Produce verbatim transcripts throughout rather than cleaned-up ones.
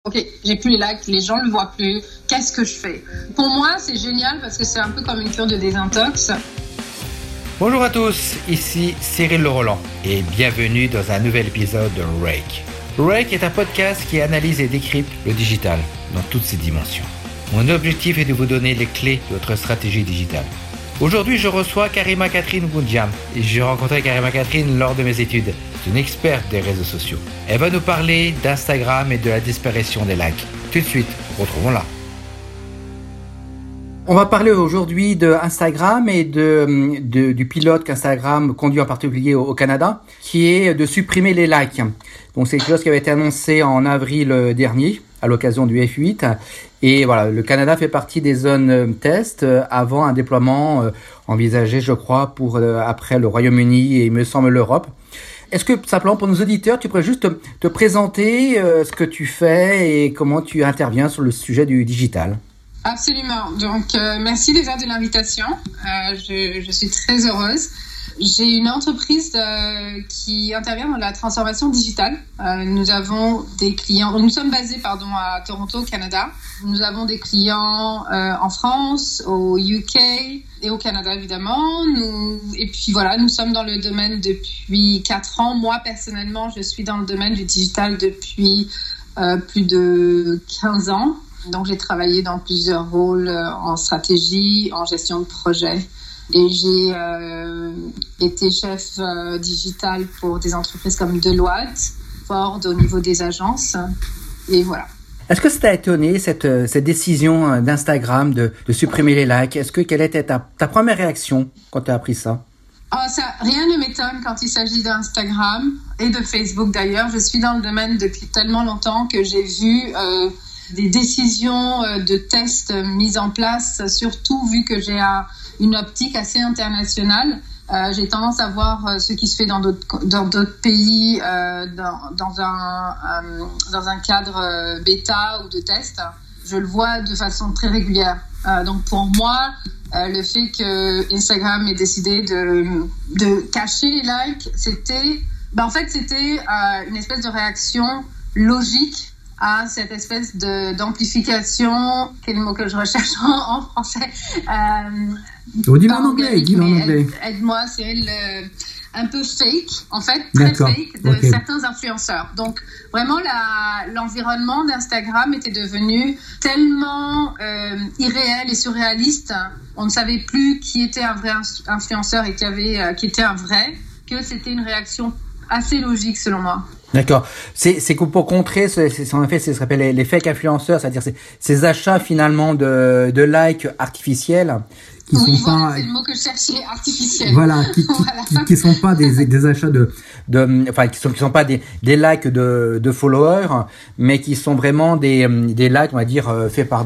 Ok, j'ai plus les likes, les gens le voient plus. Qu'est-ce que je fais? Pour moi, c'est génial parce que c'est un peu comme une cure de désintox. Bonjour à tous, ici Cyril Le Roland et bienvenue dans un nouvel épisode de Rake. Rake est un podcast qui analyse et décrypte le digital dans toutes ses dimensions. Mon objectif est de vous donner les clés de votre stratégie digitale. Aujourd'hui, je reçois Karima Catherine Goundiam et j'ai rencontré Karima Catherine lors de mes études. C'est une experte des réseaux sociaux. Elle va nous parler d'Instagram et de la disparition des likes. Tout de suite, retrouvons-la. On va parler aujourd'hui de Instagram et de, de, du pilote qu'Instagram conduit en particulier au, au Canada, qui est de supprimer les likes. Donc c'est quelque chose qui avait été annoncé en avril dernier, à l'occasion du F huit. Et voilà, le Canada fait partie des zones test avant un déploiement envisagé, je crois, pour après le Royaume-Uni et il me semble l'Europe. Est-ce que, simplement pour nos auditeurs, tu pourrais juste te, te présenter euh, ce que tu fais et comment tu interviens sur le sujet du digital? Absolument. Donc, euh, merci déjà de l'invitation. Euh, je, je suis très heureuse. J'ai une entreprise euh, qui intervient dans la transformation digitale. Euh, nous avons des clients, nous sommes basés pardon, à Toronto, au Canada. Nous avons des clients euh, en France, au U K et au Canada évidemment. Nous, et puis voilà, nous sommes dans le domaine depuis quatre ans. Moi personnellement, je suis dans le domaine du digital depuis euh, plus de quinze ans. Donc j'ai travaillé dans plusieurs rôles euh, en stratégie, en gestion de projet. Et j'ai euh, été chef euh, digital pour des entreprises comme Deloitte, Ford au niveau des agences. Et voilà. Est-ce que ça t'a étonné, cette, cette décision d'Instagram de, de supprimer les likes? Est-ce que quelle était ta, ta première réaction quand tu as appris ça? Oh, ça? Rien ne m'étonne quand il s'agit d'Instagram et de Facebook d'ailleurs. Je suis dans le domaine depuis tellement longtemps que j'ai vu euh, des décisions euh, de tests mises en place, surtout vu que j'ai un une optique assez internationale. Euh, j'ai tendance à voir euh, ce qui se fait dans d'autres, dans d'autres pays euh, dans, dans, un, euh, dans un cadre euh, bêta ou de test. Je le vois de façon très régulière. Euh, donc pour moi, euh, le fait que Instagram ait décidé de, de cacher les likes, c'était, ben en fait, c'était euh, une espèce de réaction logique à cette espèce de, d'amplification, quel mot que je recherche en, en français. Euh, oh, dis-le en anglais, dis-le en anglais. Aide, aide-moi, Cyril, euh, un peu fake, en fait, très D'accord. fake, de okay. certains influenceurs. Donc, vraiment, la, l'environnement d'Instagram était devenu tellement euh, irréel et surréaliste. On ne savait plus qui était un vrai influenceur et qui, avait, euh, qui était un vrai, que c'était une réaction assez logique, selon moi. D'accord. C'est, c'est pour contrer, c'est, c'est, en effet, c'est ce qu'on appelle les, les fake influenceurs, c'est-à-dire c'est, ces achats finalement de, de likes artificiels qui oui, sont voilà, pas. C'est le mot que je cherchais, artificiel. Voilà, qui, qui, voilà. qui, qui sont pas des, des achats de, de, enfin, qui sont, qui sont pas des, des likes de, de followers, mais qui sont vraiment des, des likes, on va dire, faits par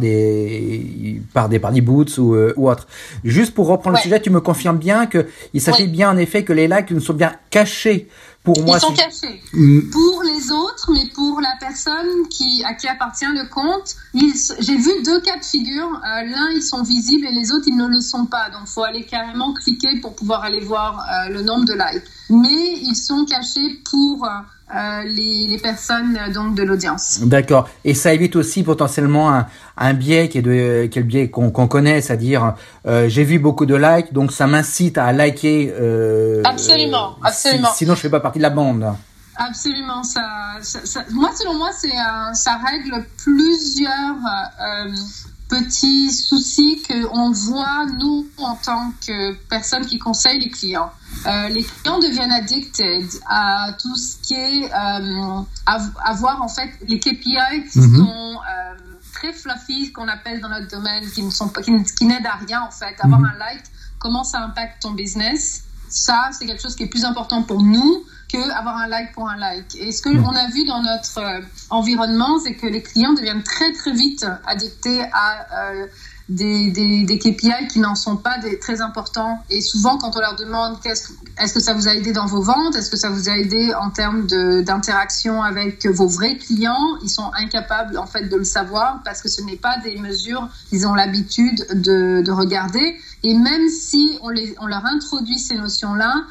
des, par des, par des bots ou, ou autres. Juste pour reprendre ouais. le sujet, tu me confirmes bien que il s'agit ouais. bien en effet que les likes ne sont bien cachés. Pour moi, ils sont cachés. Mmh. Pour les autres, mais pour la personne qui, à qui appartient le compte, ils, j'ai vu deux cas de figure. Euh, l'un, ils sont visibles et les autres, ils ne le sont pas. Donc, il faut aller carrément cliquer pour pouvoir aller voir euh, le nombre de likes. Mais ils sont cachés pour euh, les, les personnes donc, de l'audience. D'accord. Et ça évite aussi potentiellement un, un biais qui est, de, qui est le biais qu'on, qu'on connaît, c'est-à-dire euh, j'ai vu beaucoup de likes, donc ça m'incite à liker. Euh, absolument, euh, absolument. Si, sinon, je ne fais pas partie de la bande. Absolument. Ça, ça, ça, moi, selon moi, c'est un, ça règle plusieurs euh, petits soucis qu'on voit, nous, en tant que personnes qui conseillent les clients. Euh, les clients deviennent addicted à tout ce qui est euh, avoir en fait les K P I qui mm-hmm. sont euh, très fluffy, qu'on appelle dans notre domaine, qui ne sont pas, qui, qui n'aident à rien en fait. Avoir mm-hmm. un like, comment ça impacte ton business? Ça, c'est quelque chose qui est plus important pour nous que avoir un like pour un like. Et ce que mm-hmm. on a vu dans notre euh, environnement, c'est que les clients deviennent très très vite addictés à euh, Des, des, des K P I qui n'en sont pas des, très importants. Et souvent, quand on leur demande qu'est-ce, est-ce que ça vous a aidé dans vos ventes, est-ce que ça vous a aidé en termes de, d'interaction avec vos vrais clients, ils sont incapables en fait de le savoir parce que ce n'est pas des mesures qu'ils ont l'habitude de, de regarder. Et même si on, les, on leur introduit ces notions-là,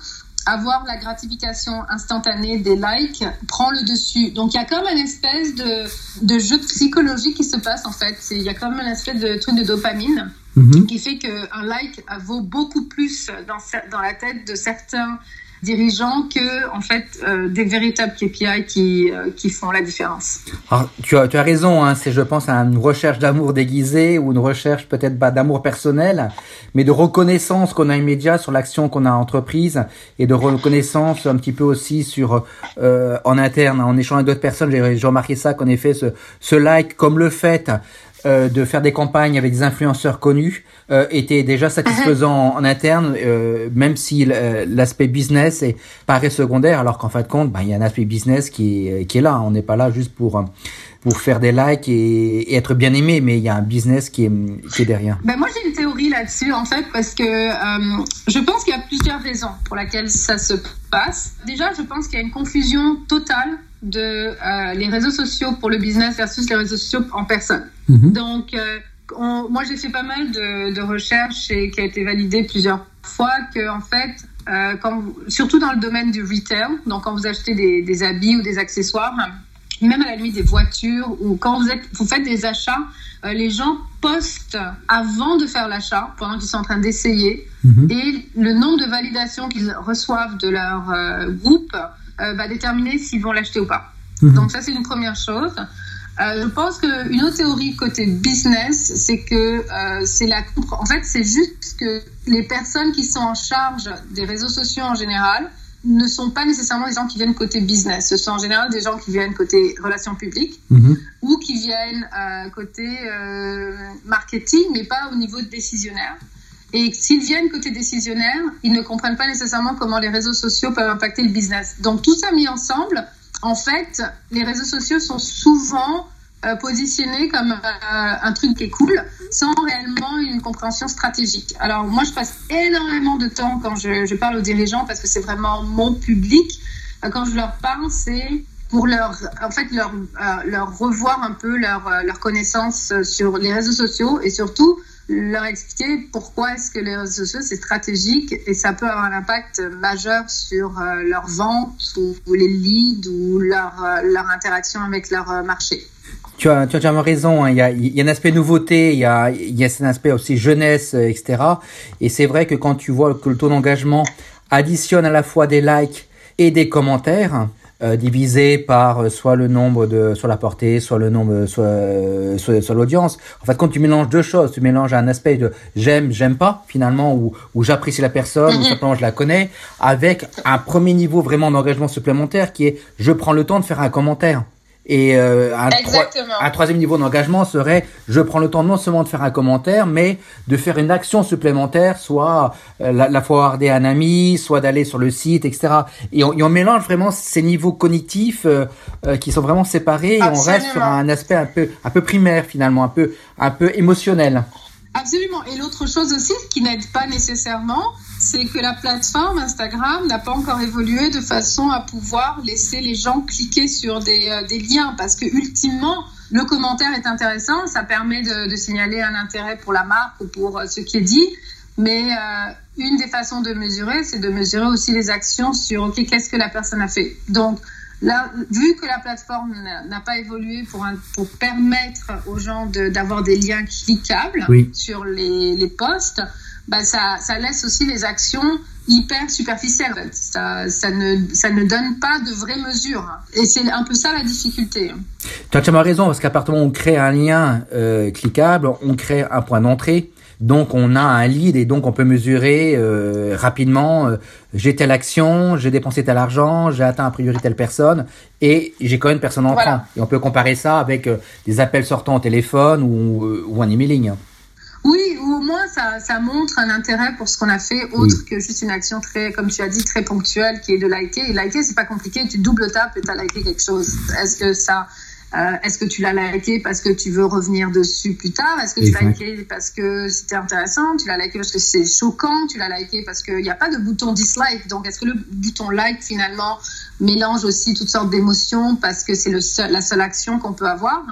avoir la gratification instantanée des likes prend le dessus. Donc il y a comme une espèce de, de jeu psychologique qui se passe en fait. Il y a comme une espèce de truc de dopamine mm-hmm. qui fait qu'un like vaut beaucoup plus dans, dans la tête de certains dirigeants que en fait euh, des véritables K P I qui euh, qui font la différence. Alors, tu as tu as raison, hein, c'est je pense une recherche d'amour déguisé ou une recherche peut-être pas d'amour personnel, mais de reconnaissance qu'on a immédiat sur l'action qu'on a entreprise et de reconnaissance un petit peu aussi sur euh, en interne en échangeant avec d'autres personnes. J'ai, j'ai remarqué ça qu'en effet ce ce like comme le fait Euh, de faire des campagnes avec des influenceurs connus euh, était déjà satisfaisant en, en interne, euh, même si l'aspect business est, paraît secondaire, alors qu'en fin de compte, ben, il y a un aspect business qui est, qui est là. On n'est pas là juste pour pour faire des likes et, et être bien aimé, mais il y a un business qui est, qui est derrière. Ben moi, j'ai une théorie là-dessus, en fait, parce que euh, je pense qu'il y a plusieurs raisons pour lesquelles ça se passe. Déjà, je pense qu'il y a une confusion totale de euh, les réseaux sociaux pour le business versus les réseaux sociaux en personne. Mmh. Donc, euh, on, moi, j'ai fait pas mal de, de recherches et qui a été validé plusieurs fois que, en fait, euh, quand vous, surtout dans le domaine du retail, donc quand vous achetez des, des habits ou des accessoires, même à la limite des voitures, ou quand vous, êtes, vous faites des achats, euh, les gens postent avant de faire l'achat, pendant qu'ils sont en train d'essayer, mmh. et le nombre de validations qu'ils reçoivent de leur euh, groupe euh, va déterminer s'ils vont l'acheter ou pas. Mmh. Donc ça, c'est une première chose. Euh, je pense qu'une autre théorie côté business, c'est que euh, c'est la... En fait, c'est juste que les personnes qui sont en charge des réseaux sociaux en général ne sont pas nécessairement des gens qui viennent côté business. Ce sont en général des gens qui viennent côté relations publiques mmh. ou qui viennent euh, côté euh, marketing, mais pas au niveau décisionnaire. Et s'ils viennent côté décisionnaire, ils ne comprennent pas nécessairement comment les réseaux sociaux peuvent impacter le business. Donc tout ça mis ensemble, en fait, les réseaux sociaux sont souvent euh, positionnés comme euh, un truc qui est cool, sans réellement une compréhension stratégique. Alors moi, je passe énormément de temps quand je, je parle aux dirigeants, parce que c'est vraiment mon public. Euh, quand je leur parle, c'est pour leur, en fait, leur, euh, leur revoir un peu leur, euh, leur connaissance sur les réseaux sociaux et surtout leur expliquer pourquoi est-ce que les réseaux sociaux c'est stratégique et ça peut avoir un impact majeur sur euh, leur vente ou, ou les leads ou leur, euh, leur interaction avec leur euh, marché. Tu as, tu as entièrement raison, hein. Il y a, il y a un aspect nouveauté, il y a, il y a un aspect aussi jeunesse, et cetera. Et c'est vrai que quand tu vois que le taux d'engagement additionne à la fois des likes et des commentaires, Euh, divisé par euh, soit le nombre de, soit la portée, soit le nombre, soit, euh, soit, soit l'audience. En fait, quand tu mélanges deux choses, tu mélanges un aspect de j'aime, j'aime pas, finalement, où, où j'apprécie la personne, mm-hmm. ou simplement je la connais, avec un premier niveau vraiment d'engagement supplémentaire qui est je prends le temps de faire un commentaire. Et euh, un, troi- un troisième niveau d'engagement serait je prends le temps non seulement de faire un commentaire, mais de faire une action supplémentaire, soit euh, la, la forwarder à un ami, soit d'aller sur le site, et cetera. Et on, et on mélange vraiment ces niveaux cognitifs euh, euh, qui sont vraiment séparés. Absolument. Et on reste sur un aspect un peu un peu primaire finalement, un peu un peu émotionnel. Absolument. Et l'autre chose aussi qui n'aide pas nécessairement, c'est que la plateforme Instagram n'a pas encore évolué de façon à pouvoir laisser les gens cliquer sur des, euh, des liens. Parce que ultimement, le commentaire est intéressant, ça permet de, de signaler un intérêt pour la marque ou pour euh, ce qui est dit. Mais euh, une des façons de mesurer, c'est de mesurer aussi les actions sur ok, qu'est-ce que la personne a fait. Donc, là, vu que la plateforme n'a pas évolué pour, un, pour permettre aux gens de, d'avoir des liens cliquables oui. sur les, les posts, bah ça, ça laisse aussi les actions hyper superficielles. Ça, ça, ne, ça ne donne pas de vraies mesures. Et c'est un peu ça la difficulté. Tu as entièrement raison, parce qu'à partir du moment où on crée un lien euh, cliquable, on crée un point d'entrée. Donc, on a un lead et donc on peut mesurer euh, rapidement euh, j'ai telle action, j'ai dépensé tel argent, j'ai atteint a priori telle personne et j'ai quand même une personne entrant. Voilà. Et on peut comparer ça avec euh, des appels sortants au téléphone ou, euh, ou un emailing. Oui, ou au moins ça, ça montre un intérêt pour ce qu'on a fait, autre oui. que juste une action très, comme tu as dit, très ponctuelle qui est de liker. Et liker, c'est pas compliqué, tu double tapes et tu as liké quelque chose. Est-ce que ça... Euh, est-ce que tu l'as liké parce que tu veux revenir dessus plus tard? Est-ce que tu exact. l'as liké parce que c'était intéressant? Tu l'as liké parce que c'est choquant? Tu l'as liké parce qu'il n'y a pas de bouton dislike? Donc, est-ce que le bouton like, finalement, mélange aussi toutes sortes d'émotions parce que c'est le seul, la seule action qu'on peut avoir?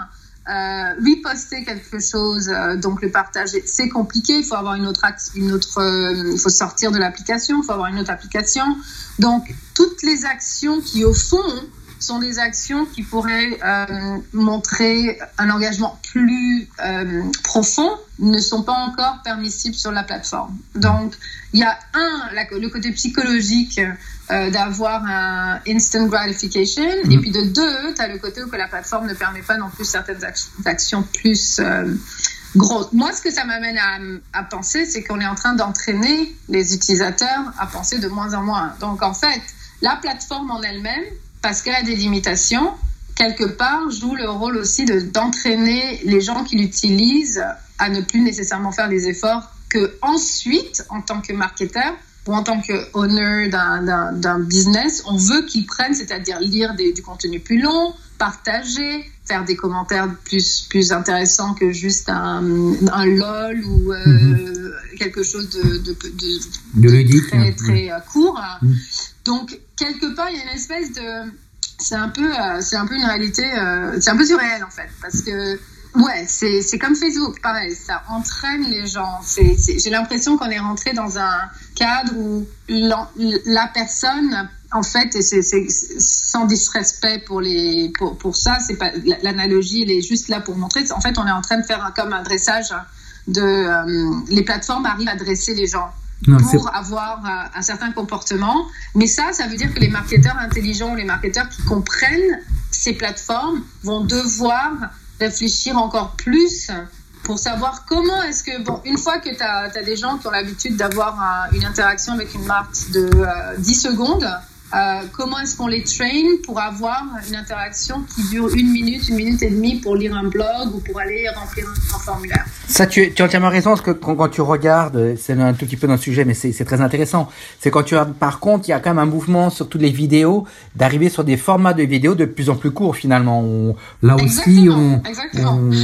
Euh, reposter quelque chose, euh, donc le partager, c'est compliqué. Il faut avoir une autre, une autre, euh, il faut sortir de l'application, il faut avoir une autre application. Donc toutes les actions qui au fond sont des actions qui pourraient euh, montrer un engagement plus euh, profond ne sont pas encore permissibles sur la plateforme. Donc il y a un, la, le côté psychologique euh, d'avoir un instant gratification, mmh. et puis de deux, tu as le côté où que la plateforme ne permet pas non plus certaines actions, actions plus euh, grosses. Moi, ce que ça m'amène à, à penser, c'est qu'on est en train d'entraîner les utilisateurs à penser de moins en moins. Donc en fait, la plateforme en elle-même, parce qu'elle a des limitations, quelque part, joue le rôle aussi de, d'entraîner les gens qui l'utilisent à ne plus nécessairement faire les efforts que ensuite, en tant que marketeur ou en tant que owner d'un, d'un, d'un business, on veut qu'ils prennent, c'est-à-dire lire des, du contenu plus long, partager, faire des commentaires plus, plus intéressants que juste un, un lol ou euh, mm-hmm. quelque chose de, de, de, de, de, de très, très mm. court. Mm. Donc, quelque part, il y a une espèce de... C'est un peu, euh, c'est un peu une réalité... Euh, c'est un peu surréel, en fait, parce que... Ouais, c'est, c'est comme Facebook, pareil, ça entraîne les gens. C'est, c'est, j'ai l'impression qu'on est rentré dans un cadre où la, la personne, en fait, et c'est, c'est sans disrespect pour, les, pour, pour ça, c'est pas, l'analogie, elle est juste là pour montrer. En fait, on est en train de faire un, comme un dressage de... Euh, les plateformes arrivent à dresser les gens. Non, pour c'est... avoir euh, un certain comportement. Mais ça, ça veut dire que les marketeurs intelligents ou les marketeurs qui comprennent ces plateformes vont devoir réfléchir encore plus pour savoir comment est-ce que... Bon, une fois que tu as des gens qui ont l'habitude d'avoir un, une interaction avec une marque de euh, dix secondes, euh, comment est-ce qu'on les train pour avoir une interaction qui dure une minute, une minute et demie pour lire un blog ou pour aller remplir un, un formulaire. Ça, tu, tu as entièrement raison, parce que quand, quand tu regardes, c'est un tout petit peu dans le sujet, mais c'est, c'est très intéressant. C'est quand tu regardes, par contre, il y a quand même un mouvement sur toutes les vidéos, d'arriver sur des formats de vidéos de plus en plus courts, finalement. On, là aussi, on... Exactement. on...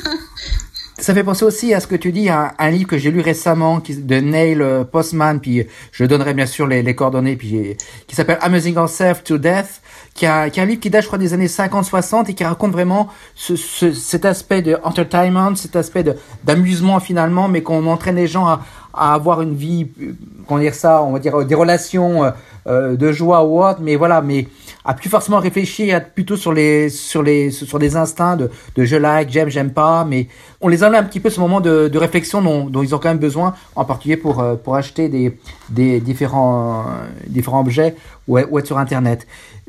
Ça fait penser aussi à ce que tu dis, à un livre que j'ai lu récemment qui, de Neil Postman, puis je donnerai bien sûr les, les coordonnées, puis qui s'appelle Amusing Ourselves to Death, qui a, qui a un livre qui date, je crois, des années cinquante soixante et qui raconte vraiment ce, ce, cet aspect de entertainment, cet aspect de, d'amusement finalement, mais qu'on entraîne les gens à, à avoir une vie, comment dire ça, on va dire des relations euh, de joie ou autre, mais voilà, mais à plus forcément réfléchir, à plutôt sur les sur les sur des instincts de, de je like, j'aime, j'aime pas, mais on les enlève un petit peu ce moment de, de réflexion dont, dont ils ont quand même besoin, en particulier pour pour acheter des des différents différents objets ou, ou être sur Internet.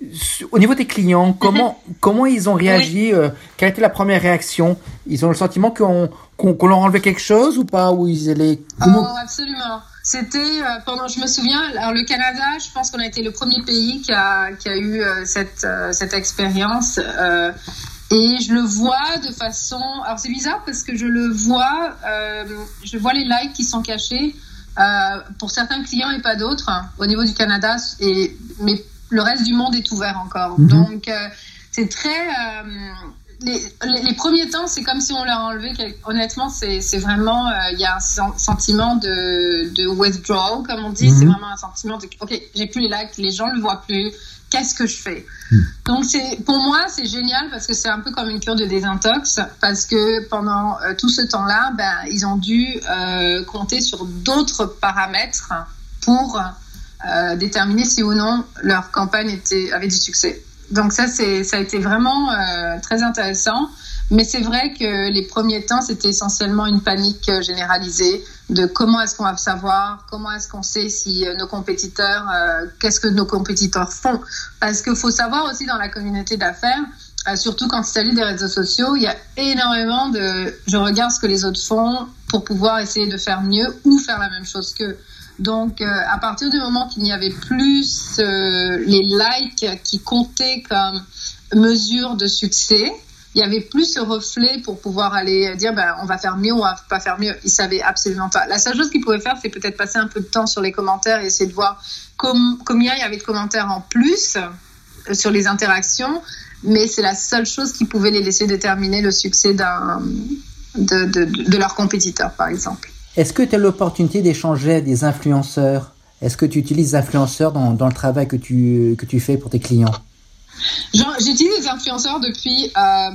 Au niveau des clients, comment comment ils ont réagi, oui. euh, quelle a été la première réaction? Ils ont le sentiment qu'on qu'on, qu'on leur enlevait quelque chose ou pas, ou ils allaient comment... Oh, absolument. C'était euh, pendant, je me souviens, alors le Canada, je pense qu'on a été le premier pays qui a qui a eu euh, cette euh, cette expérience euh, et je le vois de façon, alors c'est bizarre parce que je le vois, euh, je vois les likes qui sont cachés euh, pour certains clients et pas d'autres hein, au niveau du Canada et mais le reste du monde est ouvert encore. Mm-hmm. Donc euh, c'est très euh, Les, les, les premiers temps, c'est comme si on leur enlevait. Quelque... Honnêtement, c'est, c'est vraiment. Il euh, y a un sen- sentiment de, de withdrawal, comme on dit. Mm-hmm. C'est vraiment un sentiment de OK, j'ai plus les likes, les gens le voient plus. Qu'est-ce que je fais? Mm. Donc, c'est, pour moi, c'est génial parce que c'est un peu comme une cure de désintox. Parce que pendant euh, tout ce temps-là, ben, ils ont dû euh, compter sur d'autres paramètres pour euh, déterminer si ou non leur campagne était, avait du succès. Donc ça, c'est, ça a été vraiment euh, très intéressant. Mais c'est vrai que les premiers temps, c'était essentiellement une panique généralisée de comment est-ce qu'on va savoir, comment est-ce qu'on sait si nos compétiteurs, euh, qu'est-ce que nos compétiteurs font. Parce qu'il faut savoir aussi dans la communauté d'affaires, euh, surtout quand il s'agit des réseaux sociaux, il y a énormément de « je regarde ce que les autres font pour pouvoir essayer de faire mieux ou faire la même chose qu'eux ». Donc, euh, à partir du moment qu'il n'y avait plus euh, les likes qui comptaient comme mesure de succès, il y avait plus ce reflet pour pouvoir aller dire ben, on va faire mieux ou on va pas faire mieux. Ils savaient absolument pas. La seule chose qu'ils pouvaient faire, c'est peut-être passer un peu de temps sur les commentaires et essayer de voir com- combien il y avait de commentaires en plus euh, sur les interactions. Mais c'est la seule chose qui pouvait les laisser déterminer le succès d'un, de, de, de, de leur compétiteur, par exemple. Est-ce que tu as l'opportunité d'échanger avec des influenceurs? Est-ce que tu utilises des influenceurs dans, dans le travail que tu, que tu fais pour tes clients? Genre, j'utilise des influenceurs depuis euh,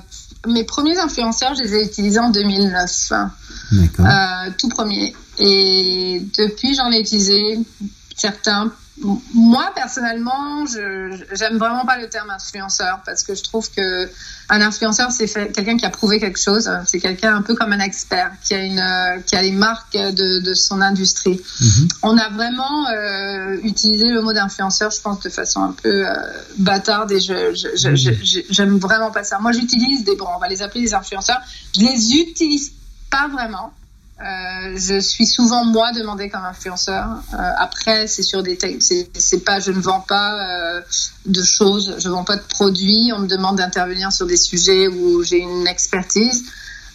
mes premiers influenceurs, je les ai utilisés en deux mille neuf. D'accord. Euh, tout premier. Et depuis, j'en ai utilisé certains. Moi, personnellement, je j'aime vraiment pas le terme influenceur parce que je trouve que un influenceur, c'est fait, quelqu'un qui a prouvé quelque chose. C'est quelqu'un un peu comme un expert qui a une qui a les marques de, de son industrie. Mm-hmm. On a vraiment euh, utilisé le mot d'influenceur, je pense, de façon un peu euh, bâtarde et je, je, je, je, je j'aime vraiment pas ça. Moi, j'utilise des bon, on va les appeler des influenceurs. Je les utilise pas vraiment. Euh, je suis souvent moi demandée comme influenceur. Euh, après, c'est sur des, te- c'est, c'est pas, je ne vends pas euh, de choses, je vends pas de produits. On me demande d'intervenir sur des sujets où j'ai une expertise.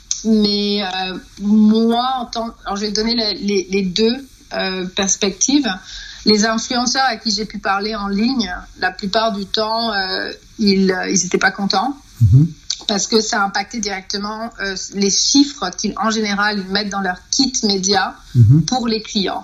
Mais euh, moi, en tant, alors je vais donner les, les, les deux euh, perspectives. Les influenceurs à qui j'ai pu parler en ligne, la plupart du temps, euh, ils, ils étaient pas contents. Mm-hmm. Parce que ça a impacté directement euh, les chiffres qu'ils, en général, ils mettent dans leur kit média mmh. pour les clients.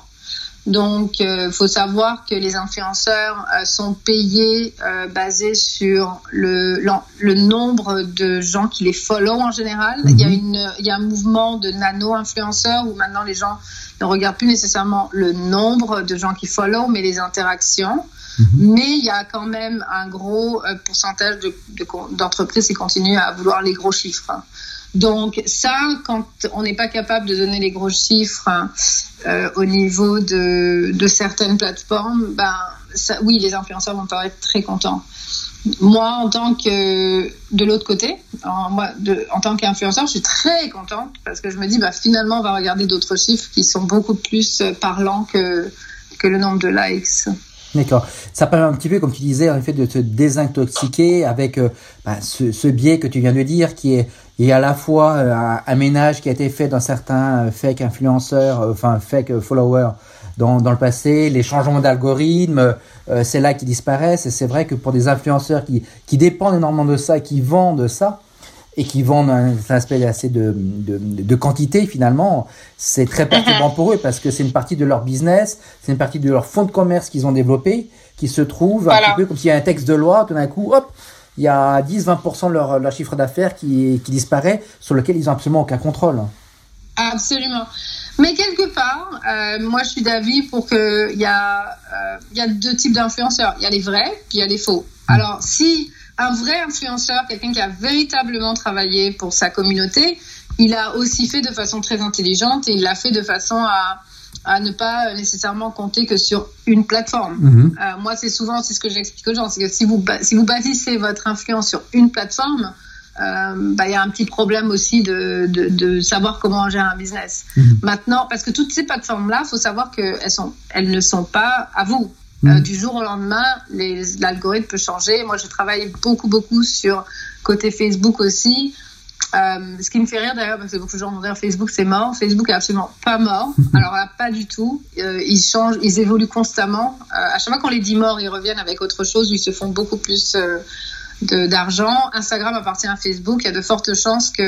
Donc, il euh, faut savoir que les influenceurs euh, sont payés euh, basés sur le, le nombre de gens qui les follow en général. Mmh. Il y a une, il y a un mouvement de nano-influenceurs où maintenant les gens ne regardent plus nécessairement le nombre de gens qui follow, mais les interactions. Mm-hmm. Mais il y a quand même un gros euh, pourcentage de, de, d'entreprises qui continuent à vouloir les gros chiffres. Donc ça, quand on n'est pas capable de donner les gros chiffres euh, au niveau de, de certaines plateformes, ben, ça, oui, les influenceurs vont pas être très contents. Moi, en tant que de l'autre côté, en, moi, de, en tant qu'influenceur, je suis très contente parce que je me dis, bah, finalement, on va regarder d'autres chiffres qui sont beaucoup plus parlants que, que le nombre de likes. D'accord. Ça parle un petit peu, comme tu disais, en effet, de te désintoxiquer avec euh, bah, ce, ce biais que tu viens de dire, qui est, est à la fois euh, un, un ménage qui a été fait dans certains euh, fake influenceurs, euh, enfin fake followers dans, dans le passé, les changements d'algorithme, euh, c'est là qui disparaissent. Et c'est vrai que pour des influenceurs qui, qui dépendent énormément de ça, qui vendent ça, et qui vendent un aspect assez de, de, de quantité, finalement, c'est très perturbant pour eux parce que c'est une partie de leur business, c'est une partie de leur fonds de commerce qu'ils ont développé, qui se trouve voilà. un petit peu comme s'il y a un texte de loi, tout d'un coup, hop, il y a dix à vingt pour cent de leur, leur chiffre d'affaires qui, qui disparaît, sur lequel ils n'ont absolument aucun contrôle. Absolument. Mais quelque part, euh, moi je suis d'avis pour que il y a, euh, il y a deux types d'influenceurs. Il y a les vrais, puis il y a les faux. Mmh. Alors, si un vrai influenceur, quelqu'un qui a véritablement travaillé pour sa communauté, il a aussi fait de façon très intelligente et il l'a fait de façon à, à ne pas nécessairement compter que sur une plateforme. Mmh. Euh, moi, c'est souvent, c'est ce que j'explique aux gens, c'est que si vous, si vous bâtissez votre influence sur une plateforme, euh, bah, y a un petit problème aussi de, de, de savoir comment gérer un business. Mmh. Maintenant, parce que toutes ces plateformes-là, il faut savoir qu'elles sont, elles ne sont pas à vous. Euh, du jour au lendemain, les, l'algorithme peut changer. Moi, je travaille beaucoup, beaucoup sur côté Facebook aussi. Euh, ce qui me fait rire d'ailleurs, parce que beaucoup de gens vont dire Facebook c'est mort. Facebook est absolument pas mort. Alors là, pas du tout. Euh, ils changent, ils évoluent constamment. Euh, à chaque fois qu'on les dit morts, ils reviennent avec autre chose où ils se font beaucoup plus euh, de, d'argent. Instagram appartient à Facebook. Il y a de fortes chances qu'ils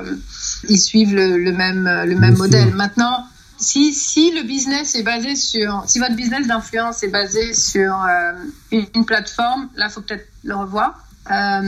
euh, suivent le, le même, le même modèle. Maintenant, Si, si le business est basé sur, si votre business d'influence est basé sur euh, une, une plateforme, là, il faut peut-être le revoir. Euh,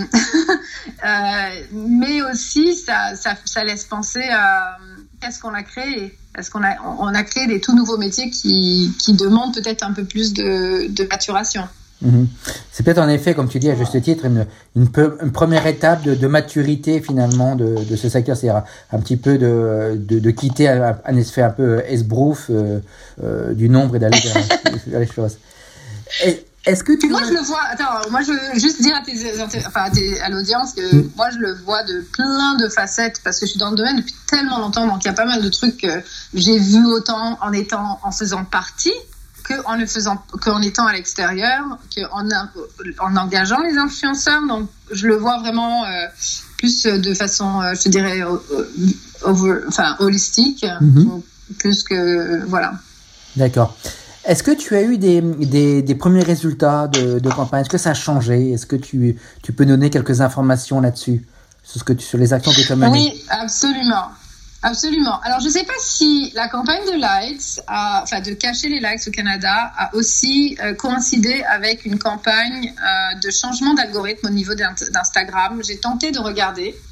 euh, mais aussi, ça, ça, ça laisse penser à qu'est-ce qu'on a créé. Est-ce qu'on a, on a créé des tout nouveaux métiers qui, qui demandent peut-être un peu plus de, de maturation. Mmh. C'est peut-être en effet, comme tu dis à juste titre, une, une, peu, une première étape de, de maturité finalement de, de ce secteur, c'est-à-dire un petit peu de, de, de quitter un, un effet un peu esbrouf euh, euh, du nombre et d'aller vers les choses. Et, est-ce que tu moi je le vois, attends, moi je veux juste dire à, tes, enfin, à, tes, à l'audience que mmh. moi je le vois de plein de facettes parce que je suis dans le domaine depuis tellement longtemps, donc il y a pas mal de trucs que j'ai vu autant en étant, en faisant partie qu'en ne faisant, qu'en étant à l'extérieur, qu'en en engageant les influenceurs. Donc, je le vois vraiment euh, plus de façon, euh, je dirais, over, enfin, holistique, mm-hmm. plus que, voilà. D'accord. Est-ce que tu as eu des, des, des premiers résultats de, de campagne? Est-ce que ça a changé? Est-ce que tu, tu peux donner quelques informations là-dessus, sur, ce que tu, sur les actions que tu as menées? Oui, absolument. Absolument. Alors, je ne sais pas si la campagne de likes, a, enfin de cacher les likes au Canada, a aussi euh, coïncidé avec une campagne euh, de changement d'algorithme au niveau d'Instagram. J'ai tenté de regarder.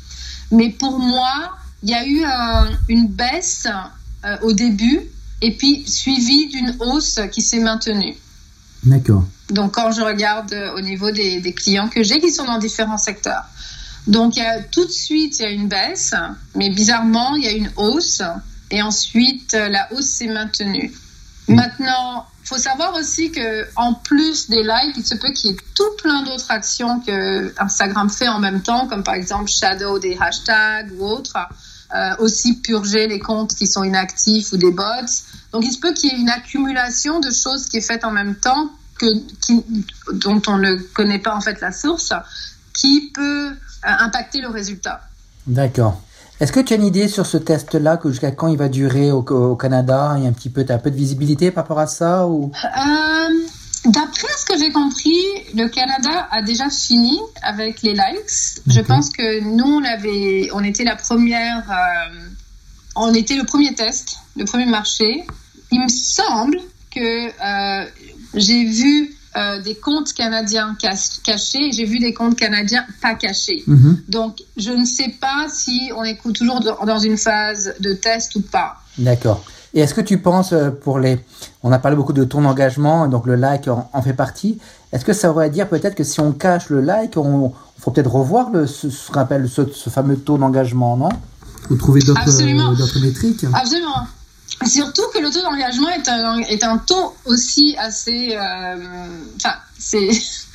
Mais pour moi, il y a eu euh, une baisse euh, au début et puis suivie d'une hausse qui s'est maintenue. D'accord. Donc, quand je regarde au niveau des, des clients que j'ai qui sont dans différents secteurs. Donc, il y a, tout de suite, il y a une baisse, mais bizarrement, il y a une hausse. Et ensuite, la hausse s'est maintenue. Mmh. Maintenant, il faut savoir aussi qu'en plus des likes, il se peut qu'il y ait tout plein d'autres actions que Instagram fait en même temps, comme par exemple shadow des hashtags ou autres. Euh, aussi purger les comptes qui sont inactifs ou des bots. Donc, il se peut qu'il y ait une accumulation de choses qui est faite en même temps que, qui, dont on ne connaît pas en fait la source, qui peut euh, impacter le résultat. D'accord. Est-ce que tu as une idée sur ce test-là, que jusqu'à quand il va durer au, au Canada? Il y a un petit peu, t'as un peu de visibilité par rapport à ça ou... euh, D'après ce que j'ai compris, le Canada a déjà fini avec les likes. Okay. Je pense que nous, on avait, on était la première, euh, on était le premier test, le premier marché. Il me semble que euh, j'ai vu euh, des comptes canadiens cachés et j'ai vu des comptes canadiens pas cachés. Mm-hmm. Donc, je ne sais pas si on est toujours dans une phase de test ou pas. D'accord. Et est-ce que tu penses pour les... On a parlé beaucoup de ton engagement, donc le like en, en fait partie. Est-ce que ça voudrait dire peut-être que si on cache le like, on, il faut peut-être revoir le, ce, ce qu'on appelle ce, ce fameux taux d'engagement, non? Ou trouver d'autres, euh, d'autres métriques? Absolument. Surtout que le taux d'engagement est un, est un taux aussi assez... Enfin, euh, c'est...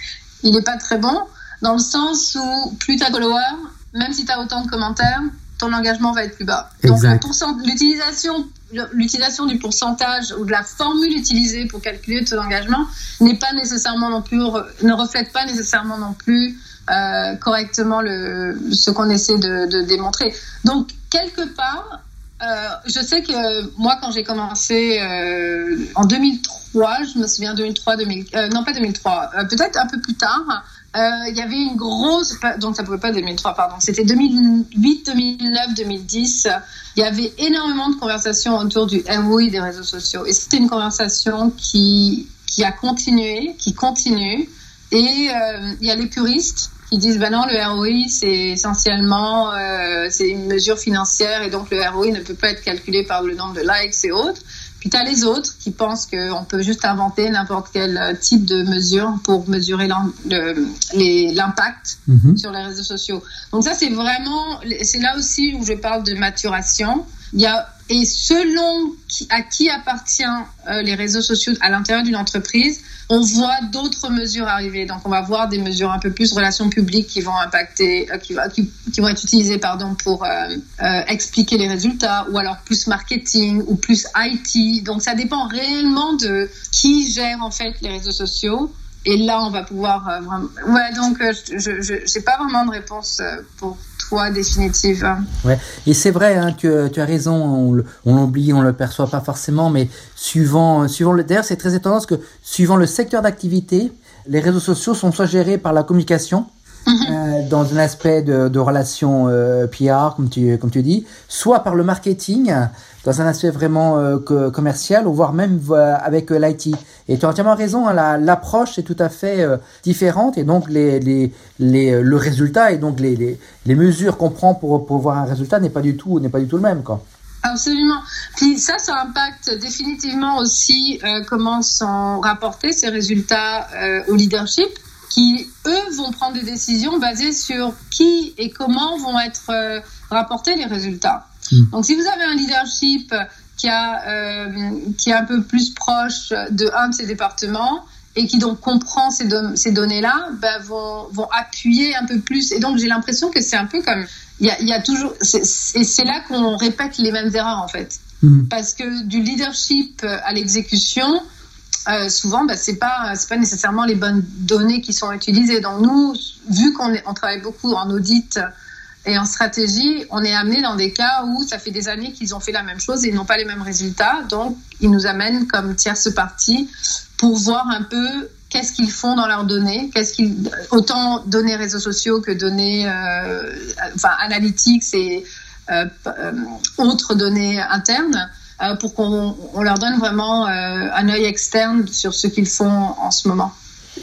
il n'est pas très bon, dans le sens où plus tu as de followers, même si tu as autant de commentaires, ton engagement va être plus bas. Exact. Donc, le pourcent... l'utilisation... l'utilisation du pourcentage ou de la formule utilisée pour calculer le taux d'engagement n'est pas nécessairement non plus, ne reflète pas nécessairement non plus euh, correctement le, ce qu'on essaie de, de démontrer. Donc, quelque part, euh, je sais que moi, quand j'ai commencé euh, en deux mille trois, je me souviens deux mille trois, deux mille, euh, non pas deux mille trois, euh, peut-être un peu plus tard, il euh, y avait une grosse, donc ça pouvait pas deux mille trois, pardon, c'était deux mille huit, deux mille neuf, deux mille dix. Il y avait énormément de conversations autour du R O I des réseaux sociaux. Et c'était une conversation qui, qui a continué, qui continue. Et euh, il y a les puristes qui disent, ben non, le R O I, c'est essentiellement, euh, c'est une mesure financière et donc le R O I ne peut pas être calculé par le nombre de likes et autres. Puis tu as les autres qui pensent qu'on peut juste inventer n'importe quel type de mesure pour mesurer le, les, l'impact mmh. sur les réseaux sociaux. Donc ça, c'est vraiment, c'est là aussi où je parle de maturation. Il y a, et selon qui, à qui appartient euh, les réseaux sociaux à l'intérieur d'une entreprise, on voit d'autres mesures arriver. Donc, on va voir des mesures un peu plus relations publiques qui vont impacter, euh, qui, qui, qui vont être utilisées, pardon, pour euh, euh, expliquer les résultats, ou alors plus marketing, ou plus I T. Donc, ça dépend réellement de qui gère en fait les réseaux sociaux. Et là, on va pouvoir euh, vraiment. Ouais, donc euh, je, je, j'ai pas vraiment de réponse euh, pour toi définitive. Ouais, et c'est vrai, hein, tu, tu as raison. On, on l'oublie, on le perçoit pas forcément, mais suivant, suivant le. D'ailleurs, c'est très étonnant parce que suivant le secteur d'activité, les réseaux sociaux sont soit gérés par la communication. Mm-hmm. Euh, dans un aspect de, de relation euh, P R, comme tu, comme tu dis, soit par le marketing, dans un aspect vraiment euh, que, commercial, ou voire même euh, avec euh, l'I T. Et tu as entièrement raison, hein, la, l'approche est tout à fait euh, différente, et donc les, les, les, le résultat et donc les, les, les mesures qu'on prend pour, pour voir un résultat n'est pas du tout, n'est pas du tout le même, quoi. Absolument. Puis ça, ça impacte définitivement aussi euh, comment sont rapportés ces résultats euh, au leadership, qui, eux, vont prendre des décisions basées sur qui et comment vont être euh, rapportés les résultats. Mmh. Donc, si vous avez un leadership qui, a, euh, qui est un peu plus proche de un de ces départements et qui donc comprend ces, do- ces données-là, ben, vont, vont appuyer un peu plus. Et donc, j'ai l'impression que c'est un peu comme... Il y a, il y a toujours... C'est, et c'est là qu'on répète les mêmes erreurs, en fait. Mmh. Parce que du leadership à l'exécution... Euh, souvent, bah, c'est pas c'est pas nécessairement les bonnes données qui sont utilisées. Donc nous, vu qu'on est, on travaille beaucoup en audit et en stratégie, on est amené dans des cas où ça fait des années qu'ils ont fait la même chose et ils n'ont pas les mêmes résultats. Donc ils nous amènent comme tierce partie pour voir un peu qu'est-ce qu'ils font dans leurs données, qu'est-ce qu'ils autant données réseaux sociaux que données euh, enfin analytics et euh, euh, autres données internes. Pour qu'on on leur donne vraiment euh, un œil externe sur ce qu'ils font en ce moment.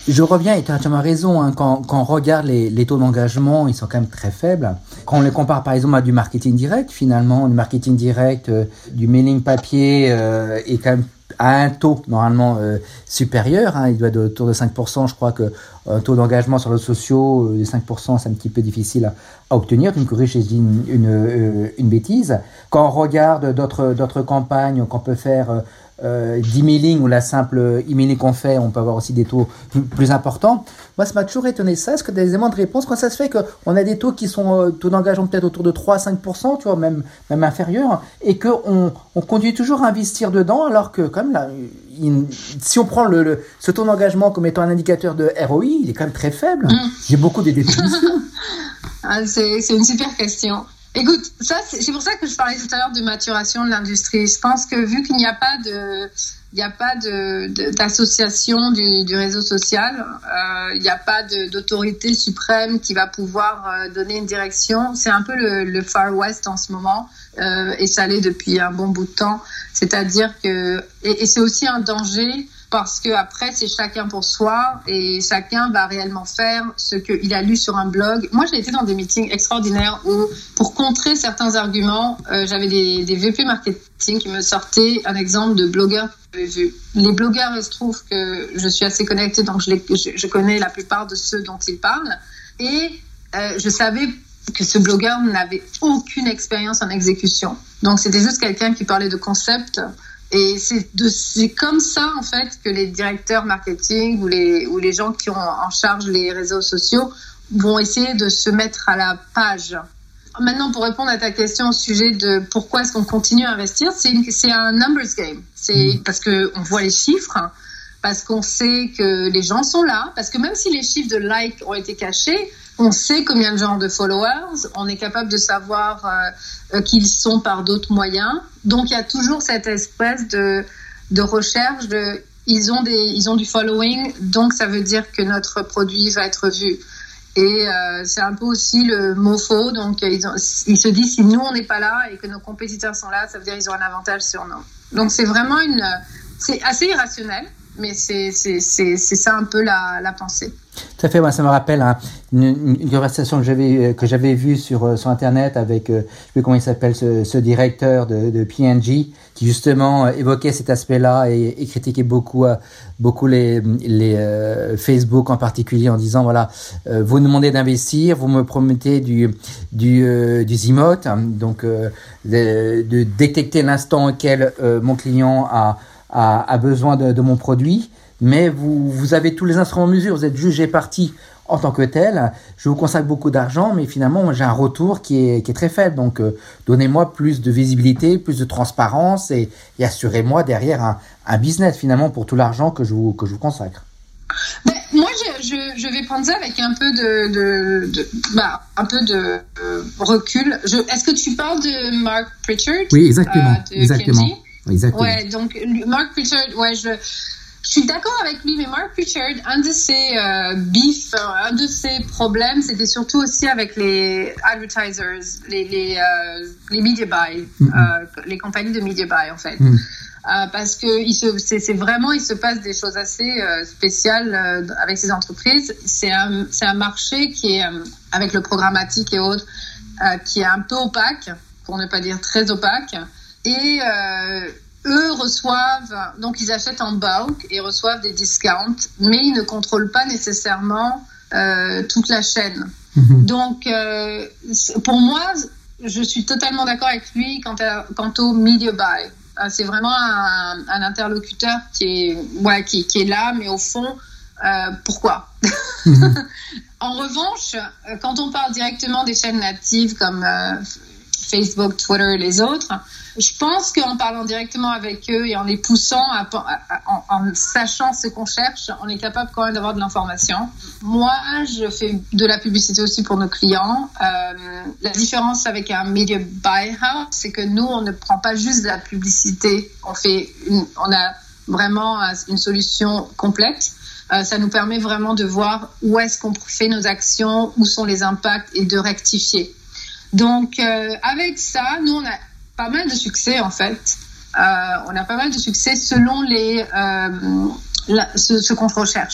Je reviens, et tu as raison, hein, quand, quand on regarde les, les taux d'engagement, ils sont quand même très faibles. Quand on les compare par exemple à du marketing direct, finalement, le marketing direct, euh, du mailing papier euh, est quand même à un taux normalement euh, supérieur, hein, il doit être autour de cinq pour cent. Je crois que un taux d'engagement sur les réseaux sociaux de cinq pour cent, c'est un petit peu difficile à, à obtenir. Tu me corriges si je dis une, une, euh, une bêtise. Quand on regarde d'autres, d'autres campagnes qu'on peut faire, euh, euh, d'emailing ou la simple emailing qu'on fait, on peut avoir aussi des taux plus, plus importants. Moi, ça m'a toujours étonné ça. Est-ce que tu as des éléments de réponse? Quand ça se fait qu'on a des taux qui sont euh, taux d'engagement peut-être autour de trois à cinq pour cent, tu vois, même, même inférieurs, et qu'on on continue toujours à investir dedans, alors que quand même là, il, si on prend le, le, ce taux d'engagement comme étant un indicateur de R O I, il est quand même très faible. Mmh. J'ai beaucoup de définitions. ah, c'est, c'est une super question. Écoute, ça, c'est, c'est pour ça que je parlais tout à l'heure de maturation de l'industrie. Je pense que vu qu'il n'y a pas de, il n'y a pas de, de, d'association du, du réseau social, euh, il n'y a pas de, d'autorité suprême qui va pouvoir euh, donner une direction. C'est un peu le, le Far West en ce moment, euh, et ça l'est depuis un bon bout de temps. C'est-à-dire que, et, et c'est aussi un danger, parce que après c'est chacun pour soi et chacun va réellement faire ce qu'il a lu sur un blog. Moi, j'ai été dans des meetings extraordinaires où, pour contrer certains arguments, euh, j'avais des, des V P marketing qui me sortaient un exemple de blogueurs que j'avais vu. Les blogueurs, il se trouve que je suis assez connectée, donc je, les, je, je connais la plupart de ceux dont ils parlent, et euh, je savais que ce blogueur n'avait aucune expérience en exécution. Donc c'était juste quelqu'un qui parlait de concept. Et c'est, de, c'est comme ça, en fait, que les directeurs marketing ou les, ou les gens qui ont en charge les réseaux sociaux vont essayer de se mettre à la page. Maintenant, pour répondre à ta question au sujet de pourquoi est-ce qu'on continue à investir, c'est, une, c'est un numbers game. C'est parce qu'on voit les chiffres, parce qu'on sait que les gens sont là, parce que même si les chiffres de likes ont été cachés, on sait combien de gens de followers, on est capable de savoir euh, qu'ils sont par d'autres moyens. Donc, il y a toujours cette espèce de, de recherche de ils ont, des, ils ont du following, donc ça veut dire que notre produit va être vu. Et euh, c'est un peu aussi le mot faux. Donc, ils, ont, ils se disent si nous, on n'est pas là et que nos compétiteurs sont là, ça veut dire qu'ils ont un avantage sur nous. Donc, c'est vraiment une... C'est assez irrationnel, mais c'est, c'est, c'est, c'est ça un peu la, la pensée. Tout à fait, moi ça me rappelle hein, une, une conversation que j'avais que j'avais vue sur sur internet avec euh, je sais plus comment il s'appelle ce, ce directeur de, de P and G qui justement euh, évoquait cet aspect-là et, et critiquait beaucoup euh, beaucoup les les euh, Facebook en particulier en disant voilà euh, vous nous demandez d'investir, vous me promettez du du euh, du Zimote, hein, donc euh, de, de détecter l'instant auquel euh, mon client a a, a besoin de, de mon produit. Mais vous, vous avez tous les instruments en mesure, vous êtes jugé parti en tant que tel. Je vous consacre beaucoup d'argent, mais finalement, j'ai un retour qui est, qui est très faible. Donc, euh, donnez-moi plus de visibilité, plus de transparence et, et assurez-moi derrière un, un business finalement pour tout l'argent que je vous, que je vous consacre. Ben, moi, je, je, je vais prendre ça avec un peu de, de, de, bah, un peu de euh, recul. Je, est-ce que tu parles de Mark Pritchard? Oui, exactement. Euh, de exactement. exactement. Ouais, donc Mark Pritchard, ouais, je... Je suis d'accord avec lui, mais Mark Pritchard, un de ses euh, beefs, un de ses problèmes, c'était surtout aussi avec les advertisers, les, les, euh, les media buy, mm-hmm. euh, les compagnies de media buy, en fait. Mm. Euh, parce que il se, c'est, c'est vraiment, il se passe des choses assez euh, spéciales euh, avec ces entreprises. C'est un, c'est un marché qui est, euh, avec le programmatique et autres, euh, qui est un peu opaque, pour ne pas dire très opaque. Et... Euh, eux reçoivent, donc ils achètent en bulk et reçoivent des discounts, mais ils ne contrôlent pas nécessairement euh, toute la chaîne. Mm-hmm. Donc, euh, pour moi, je suis totalement d'accord avec lui quant, à, quant au media buy. C'est vraiment un, un interlocuteur qui est, ouais, qui, qui est là, mais au fond, euh, pourquoi? Mm-hmm. En revanche, quand on parle directement des chaînes natives comme euh, Facebook, Twitter et les autres, je pense qu'en parlant directement avec eux et en les poussant, à, à, en, en sachant ce qu'on cherche, on est capable quand même d'avoir de l'information. Moi, je fais de la publicité aussi pour nos clients. Euh, la différence avec un media buy house, c'est que nous, on ne prend pas juste de la publicité. On fait, une, on a vraiment une solution complète. Euh, ça nous permet vraiment de voir où est-ce qu'on fait nos actions, où sont les impacts et de rectifier. Donc, euh, avec ça, nous, on a pas mal de succès, en fait. Euh, on a pas mal de succès selon les, euh, la, ce, ce qu'on recherche.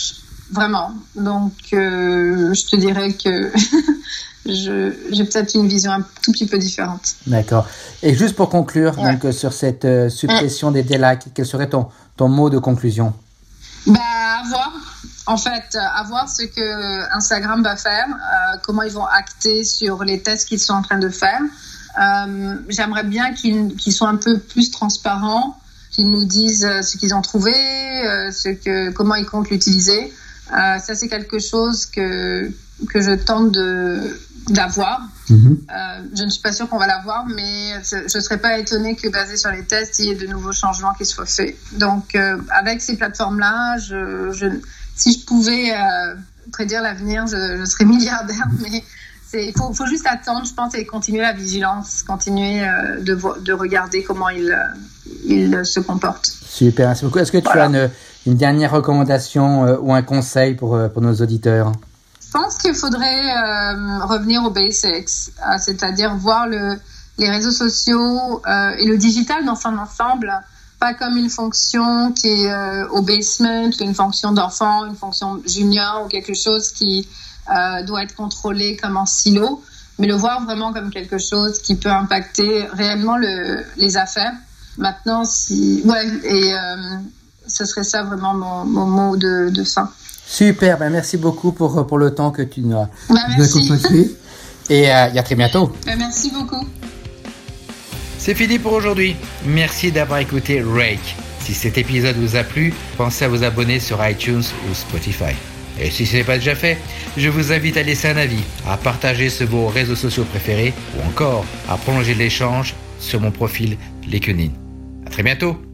vraiment. Donc, euh, je te dirais que je, j'ai peut-être une vision un tout petit peu différente. D'accord. Et juste pour conclure, Ouais. donc, sur cette euh, suppression des délikes, quel serait ton, ton mot de conclusion? Bah, à voir. En fait, à voir ce que Instagram va faire, euh, comment ils vont acter sur les tests qu'ils sont en train de faire. Euh, j'aimerais bien qu'ils, qu'ils soient un peu plus transparents, qu'ils nous disent ce qu'ils ont trouvé, euh, ce que, comment ils comptent l'utiliser. Euh, ça, c'est quelque chose que, que je tente de, d'avoir. Mm-hmm. Euh, je ne suis pas sûre qu'on va l'avoir, mais je ne serais pas étonnée que, basé sur les tests, il y ait de nouveaux changements qui soient faits. Donc, euh, avec ces plateformes-là, je, je, si je pouvais euh, prédire l'avenir, je, je serais milliardaire, mais il faut, faut juste attendre, je pense, et continuer la vigilance, continuer euh, de, vo- de regarder comment ils, euh, ils se comportent. Super, merci beaucoup. Est-ce que tu Voilà. as une, une dernière recommandation euh, ou un conseil pour, euh, pour nos auditeurs? Je pense qu'il faudrait euh, revenir aux basics, euh, c'est-à-dire voir le, les réseaux sociaux euh, et le digital dans son ensemble, pas comme une fonction qui est euh, au basement, une fonction d'enfant, une fonction junior ou quelque chose qui euh, doit être contrôlé comme en silo, mais le voir vraiment comme quelque chose qui peut impacter réellement le, les affaires. Maintenant, si... Ouais, et euh, ce serait ça vraiment mon, mon mot de, de fin. Super, ben merci beaucoup pour, pour le temps que tu nous as, Ben, merci. consacré. Et euh, à très bientôt. Ben, merci beaucoup. C'est fini pour aujourd'hui. Merci d'avoir écouté Rake. Si cet épisode vous a plu, pensez à vous abonner sur iTunes ou Spotify. Et si ce n'est pas déjà fait, je vous invite à laisser un avis, à partager sur vos réseaux sociaux préférés ou encore à prolonger l'échange sur mon profil LinkedIn. À très bientôt.